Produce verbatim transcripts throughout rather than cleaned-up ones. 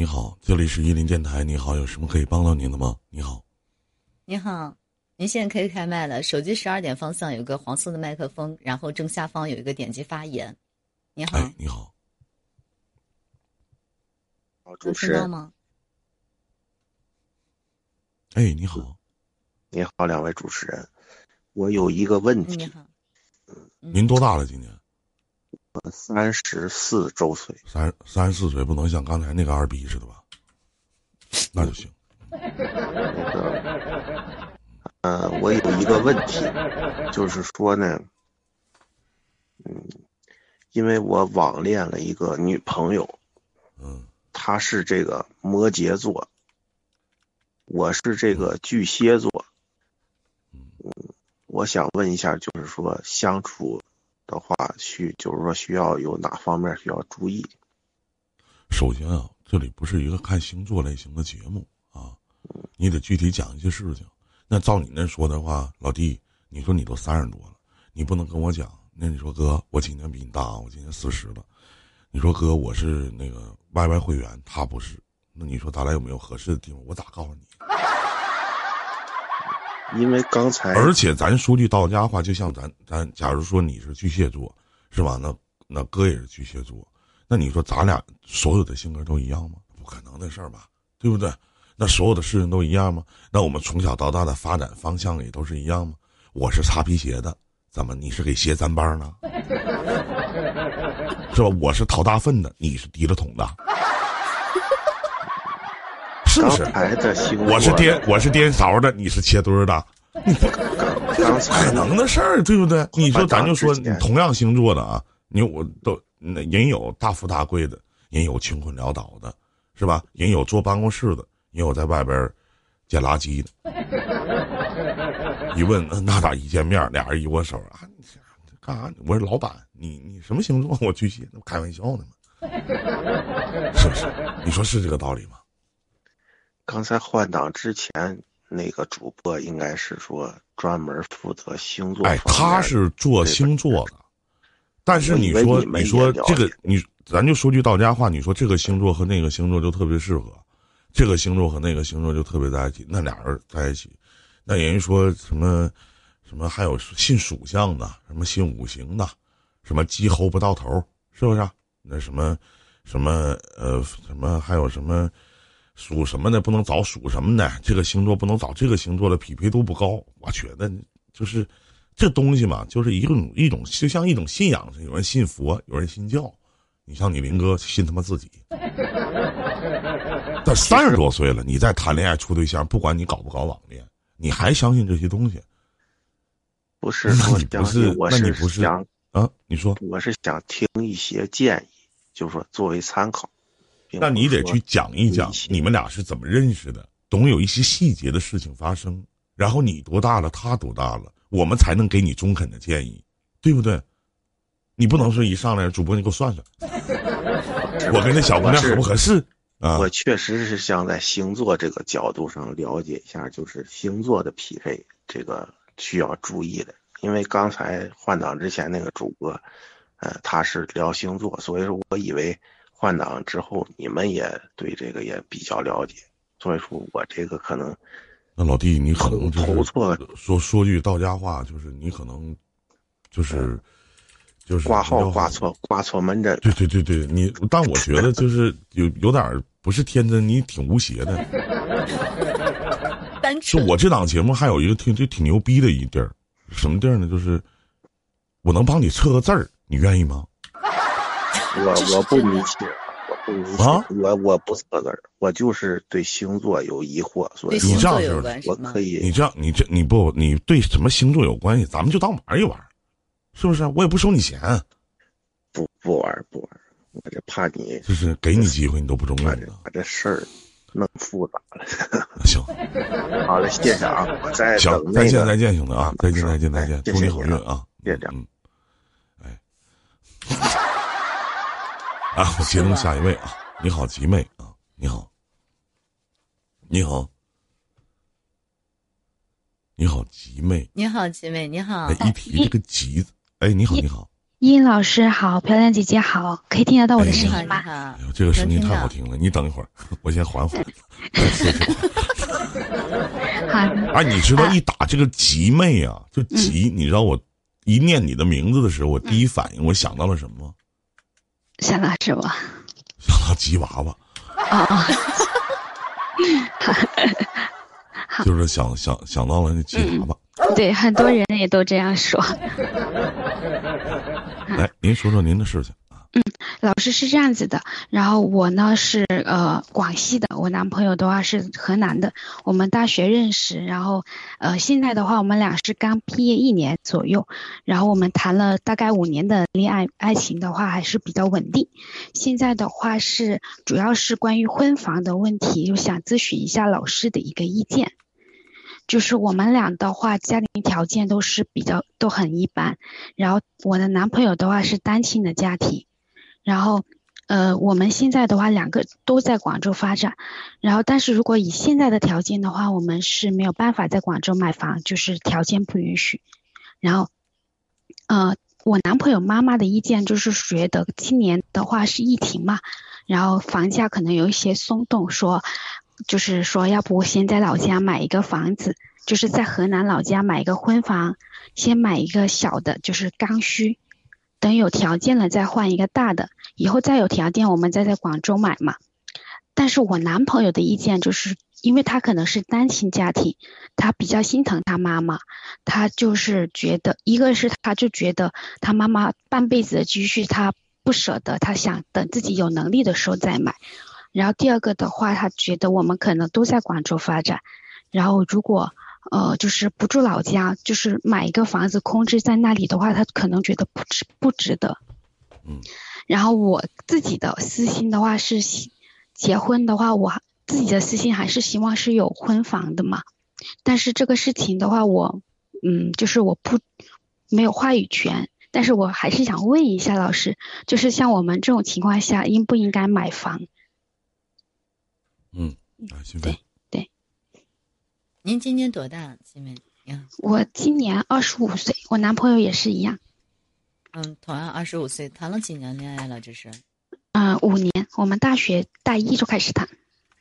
好，这里是伊林电台。你好，有什么可以帮到您的吗？你好， 你好，您现在可以开麦了。手机十二点方向有个黄色的麦克风，然后正下方有一个点击发言。你好， 哎，你好， 好，主持人吗？ 哎，你好， 你好，两位主持人，我有一个问题。 你好， 嗯、您多大了？今年？ 我三十四周岁。 三三十四岁，不能像刚才那个二逼似的吧？那就行。 那个，呃，我有一个问题，就是说呢，嗯，因为我网恋了一个女朋友， 嗯， 她是这个摩羯座，我是这个巨蟹座，嗯，我想问一下，就是说相处的话，需就是说需要有哪方面需要注意？ 首先啊，这里不是一个看星座类型的节目啊，你得具体讲一些事情。那照你那说的话，老弟，你说你都三十多了，你不能跟我讲。那你说哥，我今年比你大，我今年四十了。你说哥，我是那个 Y Y 会员，他不是。那你说咱俩有没有合适的地方？我咋告诉你？ 因为刚才， 而且咱说句到家话，就像咱咱，假如说你是巨蟹座，是吧？那那哥也是巨蟹座，那你说咱俩所有的性格都一样吗？不可能的事儿吧，对不对？那所有的事情都一样吗？那我们从小到大的发展方向也都是一样吗？我是擦皮鞋的，怎么你是给鞋粘帮呢？是吧？我是掏大粪的，你是提了桶的。是不是？我是颠我是颠勺的，你是切墩儿的， 刚才可能的事儿，对不对？你说咱就说你同样星座的啊，你我都人有大富大贵的，人有穷困潦倒的，是吧？人有坐办公室的，人有在外边捡垃圾的。一问那咋一见面俩人一握手啊？你干啥？我是老板，你你什么星座？我巨蟹，开玩笑呢嘛，是不是？你说是这个道理吗？ 刚才换档之前那个主播应该是说专门负责星座， 哎，他是做星座的，但是你说你说这个你咱就说句到家话，你说这个星座和那个星座就特别适合，这个星座和那个星座就特别在一起，那俩人在一起，那人家说什么什么还有信属相的，什么信五行的，什么鸡猴不到头，是不是啊？那什么什么呃什么还有什么。属什么的不能找属什么的，这个星座不能找这个星座的，匹配度不高。我觉得就是这东西嘛，就是一种一种就像一种信仰似的，有人信佛，有人信教。你像你林哥信他妈自己，但三十多岁了，你再谈恋爱处对象，不管你搞不搞网恋，你还相信这些东西？ 不是说不是， 我那你不是想啊？你说我是想听一些建议，就是说作为参考。 那你得去讲一讲你们俩是怎么认识的，总有一些细节的事情发生，然后你多大了，他多大了，我们才能给你中肯的建议，对不对？你不能说一上来主播你给我算算，我跟这小姑娘合不合适啊？ 我确实是想在星座这个角度上了解一下，就是星座的匹配这个需要注意的，因为刚才换档之前那个主播，呃，他是聊星座，所以说我以为。换档之后，你们也对这个也比较了解，所以说我这个可能， 那老弟，你可能就是投错， 说说句到家话，就是你可能，就是就是挂号挂错挂错门诊。 对对对对，你但我觉得就是有有点不是天真，你挺无邪的。 单纯。 就我这档节目还有一个挺就挺牛逼的一地儿，什么地儿呢？就是我能帮你测个字儿，你愿意吗？ 我我不迷信，我不迷信，啊、我我不测字儿，我就是对星座有疑惑，所以你这样有我可以， 你这样你这你不你对什么星座有关系，咱们就当玩一玩，是不是？我也不收你钱， 不不玩不玩，我这怕你就是给你机会你都不中用的， 把这事儿弄复杂了。 行， 好嘞，谢谢啊，我再行， 等那个再见再见，兄弟啊，再见再见再见， 祝你好运啊， 谢谢。 嗯，哎。啊，我接通下一位啊！你好，吉妹啊！你好，你好，你好，吉妹！ 你好，吉妹！你好！ 哎，一提这个吉，哎，你好，你好！ 殷老师好，漂亮姐姐好，可以听得到我的声音吗？ 哎哎呦，这个声音太好听了，你等一会儿，我先缓缓。 好的。 啊，你知道一打这个吉妹啊，就吉，嗯、你知道我一念你的名字的时候，我第一反应我想到了什么？ 想到什么？ 想到吉娃娃。 啊啊！ 就是想想想到了那吉娃娃。 嗯、对，很多人也都这样说。 来，您说说您的事情。 嗯，老师是这样子的，然后我呢是呃广西的，我男朋友的话是河南的，我们大学认识，然后呃现在的话我们俩是刚毕业一年左右，然后我们谈了大概五年的恋爱，爱情的话还是比较稳定。现在的话是主要是关于婚房的问题，就想咨询一下老师的一个意见。就是我们俩的话家庭条件都是比较都很一般，然后我的男朋友的话是单亲的家庭，然后呃我们现在的话两个都在广州发展，然后但是如果以现在的条件的话，我们是没有办法在广州买房，就是条件不允许。然后呃我男朋友妈妈的意见就是觉得今年的话是疫情嘛，然后房价可能有一些松动，说就是说要不先在老家买一个房子，就是在河南老家买一个婚房，先买一个小的就是刚需，等有条件了再换一个大的，以后再有条件我们再在广州买嘛。但是我男朋友的意见就是因为他可能是单亲家庭，他比较心疼他妈妈，他就是觉得一个是他就觉得他妈妈半辈子的积蓄他不舍得，他想等自己有能力的时候再买。然后第二个的话，他觉得我们可能都在广州发展，然后如果呃就是不住老家，就是买一个房子空置在那里的话，他可能觉得不值不值得。 嗯。 然后我自己的私心的话是结婚的话，我自己的私心还是希望是有婚房的嘛。但是这个事情的话，我嗯就是我不没有话语权。但是我还是想问一下老师，就是像我们这种情况下应不应该买房？ 嗯，啊，欣对对。 您今年多大，欣妹呀？ 我今年二十五岁，我男朋友也是一样。 嗯，同样二十五岁，谈了几年恋爱了？这是？ 嗯、呃，五年，我们大学大一就开始谈。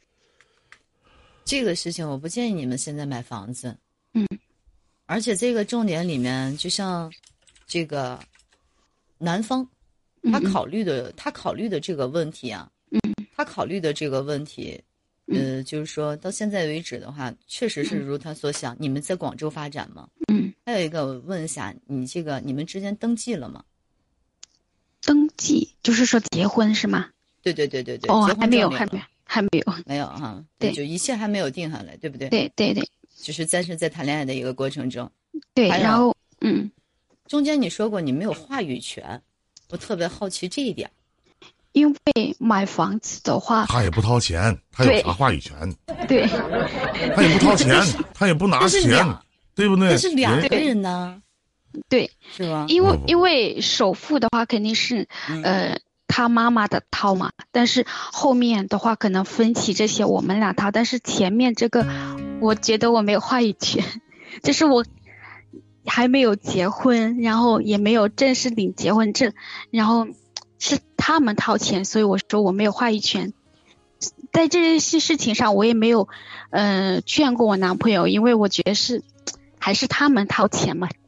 这个事情我不建议你们现在买房子。 嗯。 而且这个重点里面，就像这个男方，他考虑的，嗯、他考虑的这个问题啊。 嗯。 他考虑的这个问题，呃，就是说到现在为止的话，确实是如他所想。嗯、你们在广州发展吗？ 嗯。 还有一个，我问一下，你这个你们之间登记了吗？ 登记就是说结婚是吗？ 对对对对对。 哦， 结婚还没有，还没有，还没有， 没有哈。 对， 就一切还没有定下来，对不对？ 对对对。 只是暂时在谈恋爱的一个过程中。 对，然后嗯， 中间你说过你没有话语权，我特别好奇这一点。 因为买房子的话， 他也不掏钱，他有啥话语权？ 对， 他也不掏钱，他也不拿钱，对不对？ 这是两个人呢， 对， 是吧？ 因为因为首付的话肯定是、嗯、呃他妈妈的掏嘛，但是后面的话可能分期这些我们俩掏，但是前面这个我觉得我没有话语权，就是我还没有结婚，然后也没有正式领结婚证，然后是他们掏钱，所以我说我没有话语权。在这些事情上我也没有呃劝过我男朋友，因为我觉得是还是他们掏钱嘛。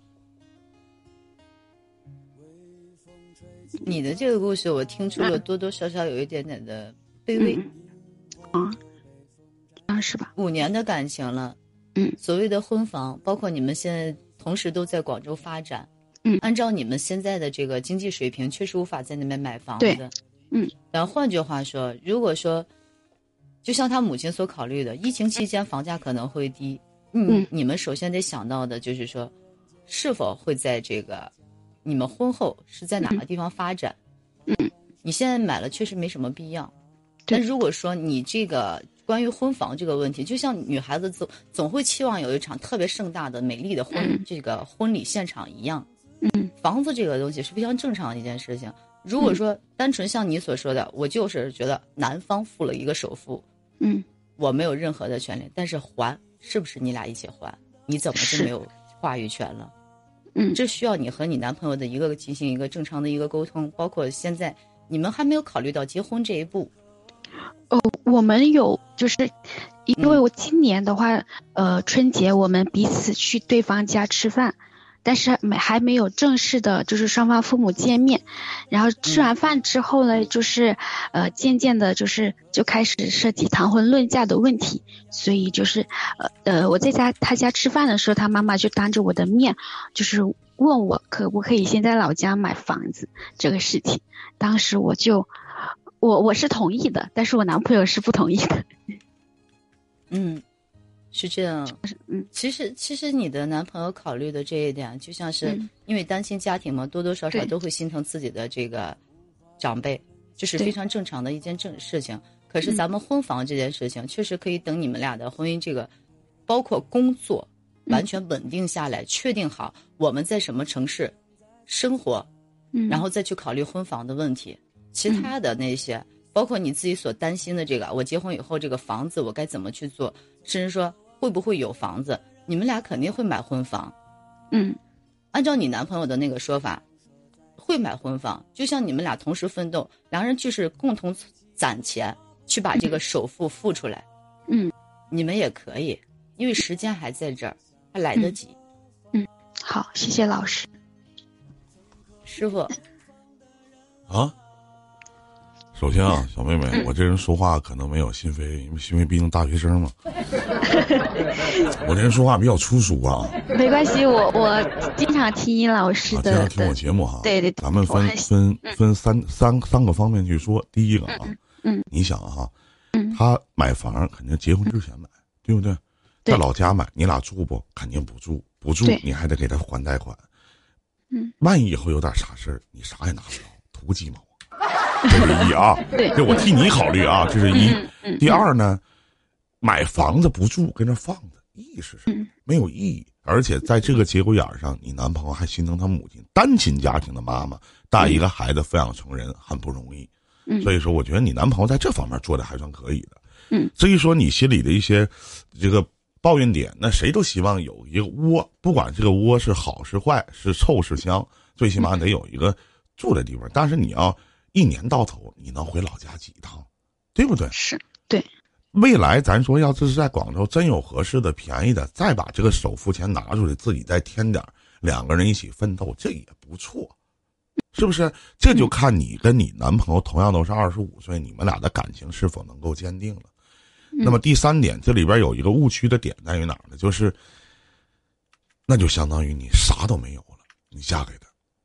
你的这个故事我听出了多多少少有一点点的卑微。 嗯，啊是吧？ 五年的感情了， 嗯， 所谓的婚房，包括你们现在同时都在广州发展， 嗯， 按照你们现在的这个经济水平，确实无法在那边买房子。 对，嗯， 然后换句话说，如果说，就像他母亲所考虑的，疫情期间房价可能会低，嗯，你们首先得想到的就是说，是否会在这个你们婚后是在哪个地方发展？ 嗯， 你现在买了确实没什么必要，但如果说你这个关于婚房这个问题，就像女孩子总总会期望有一场特别盛大的美丽的婚、嗯、这个婚礼现场一样， 嗯， 房子这个东西是非常正常的一件事情。如果说单纯像你所说的，我就是觉得男方付了一个首付， 嗯， 我没有任何的权利，但是还是不是你俩一起还？你怎么就没有话语权了？ 嗯， 这需要你和你男朋友的一个进行一个正常的一个沟通，包括现在你们还没有考虑到结婚这一步。 哦，我们有，就是因为我今年的话，嗯、呃，春节我们彼此去对方家吃饭，但是没还没有正式的，就是双方父母见面。然后吃完饭之后呢，就是呃，渐渐的，就是就开始涉及谈婚论嫁的问题。所以就是呃呃，我在家他家吃饭的时候，他妈妈就当着我的面，就是问我可不可以先在老家买房子这个事情。当时我就。我我是同意的，但是我男朋友是不同意的。 嗯，是这样。 嗯， 其实其实你的男朋友考虑的这一点，就像是因为单亲家庭嘛，多多少少都会心疼自己的这个长辈，这是非常正常的一件正事情。可是咱们婚房这件事情，确实可以等你们俩的婚姻这个，包括工作完全稳定下来，确定好我们在什么城市生活，然后再去考虑婚房的问题。其他的那些、嗯、包括你自己所担心的这个，我结婚以后这个房子我该怎么去做，甚至说会不会有房子，你们俩肯定会买婚房。 嗯， 按照你男朋友的那个说法，会买婚房，就像你们俩同时奋斗，两人就是共同攒钱去把这个首付付出来。 嗯， 你们也可以，因为时间还在这儿，还来得及。 嗯，嗯，好，谢谢老师。 师傅啊，首先啊，小妹妹，我这人说话可能没有心扉，因为心扉毕竟大学生嘛。我这人说话比较粗俗啊。 没关系，我我经常听老师的， 啊、经常听我节目哈。 对对对， 咱们分分分三三三个方面去说。第一个啊， 嗯， 你想哈， 嗯， 他买房肯定结婚之前买，对不对？在老家买，你俩住不？肯定不住，不住你还得给他还贷款。 嗯， 万一以后有点啥事儿，你啥也拿不着，图鸡毛。这是一啊，这我替你考虑啊，这是一。第二呢，买房子不住，跟那放着，意义是什么？没有意义。而且在这个节骨眼上，你男朋友还心疼他母亲，单亲家庭的妈妈带一个孩子抚养成人很不容易。所以说，我觉得你男朋友在这方面做的还算可以的。 嗯， 至于说你心里的一些这个抱怨点，那谁都希望有一个窝，不管这个窝是好是坏，是臭是香，最起码得有一个住的地方。但是你要一年到头你能回老家几趟，对不对？ 是，对。 未来咱说要是在广州真有合适的便宜的，再把这个首付钱拿出来，自己再添点，两个人一起奋斗，这也不错，是不是？这就看你跟你男朋友同样都是二十五岁，你们俩的感情是否能够坚定了。那么第三点，这里边有一个误区的点在于哪儿呢？就是那就相当于你啥都没有了，你嫁给他，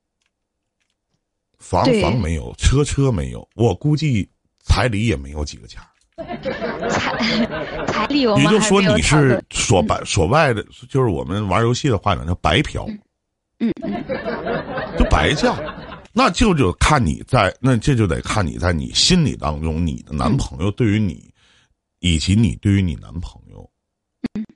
房房没有，车车没有，我估计彩礼也没有几个钱。 彩彩礼我们也就说你是所白所谓的，就是我们玩游戏的话讲叫白嫖， 嗯嗯， 就白嫁。那就就看你在，那这就得看你在你心里当中，你的男朋友对于你，以及你对于你男朋友， 嗯，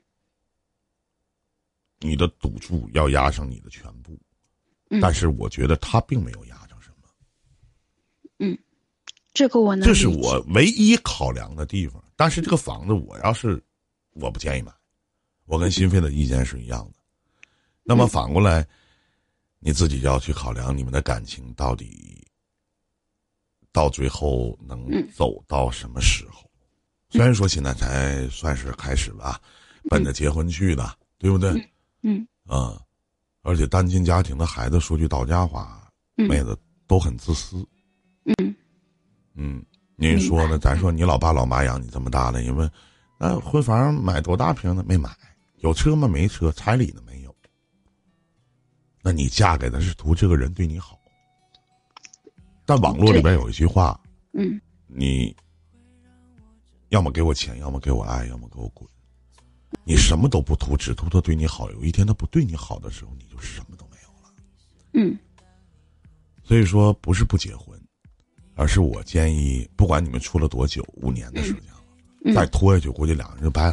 你的赌注要压上你的全部，但是我觉得他并没有压上什么。 嗯，这个我能， 这是我唯一考量的地方。但是这个房子，我要是我不建议买，我跟心扉的意见是一样的。那么反过来，你自己就要去考量你们的感情到底到最后能走到什么时候。虽然说现在才算是开始吧，奔着结婚去的，对不对？ 嗯嗯，而且单亲家庭的孩子，说句到家话，妹子都很自私。 嗯嗯，您说呢？咱说你老爸老妈养你这么大了，因为那婚房买多大平呢？没买。有车吗？没车。彩礼呢？没有。那你嫁给他是图这个人对你好。但网络里边有一句话， 嗯， 你要么给我钱，要么给我爱，要么给我滚。你什么都不图，只图他对你好。有一天他不对你好的时候，你就什么都没有了。 嗯， 所以说不是不结婚，而是我建议，不管你们处了多久，五年的时间了， 嗯、 再拖下去，估计两个人就掰了。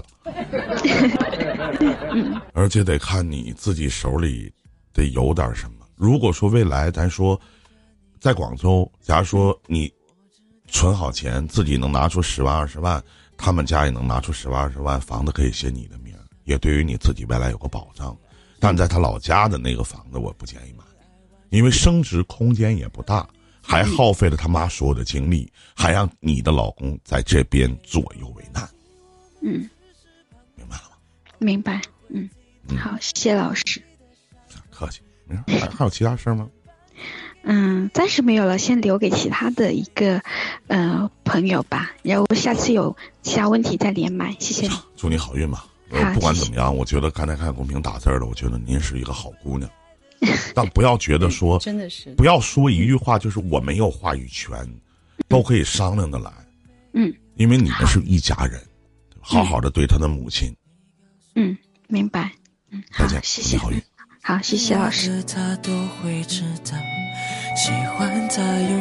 而且得看你自己手里得有点什么。如果说未来咱说在广州，假如说你存好钱，自己能拿出十万二十万，他们家也能拿出十万二十万，房子可以写你的名，也对于你自己未来有个保障。 但在他老家的那个房子我不建议买，因为升值空间也不大，还耗费了他妈所有的精力，还让你的老公在这边左右为难。 嗯， 明白了吗？ 明白。嗯，嗯好，谢谢老师。 客气。还还有其他事吗？ 嗯，暂时没有了，先留给其他的一个呃朋友吧，然后下次有其他问题再连麦。谢谢你， 祝你好运吧。呃、不管怎么样，我觉得刚才看公屏打字的，我觉得您是一个好姑娘。但不要觉得说真的是， 不要说一句话就是我没有话语权，都可以商量的来。 嗯， 因为你们是一家人，好好的对他的母亲。 嗯，明白。嗯，好，谢谢。 好运。 好，谢谢老师。 他都会知道，喜欢他有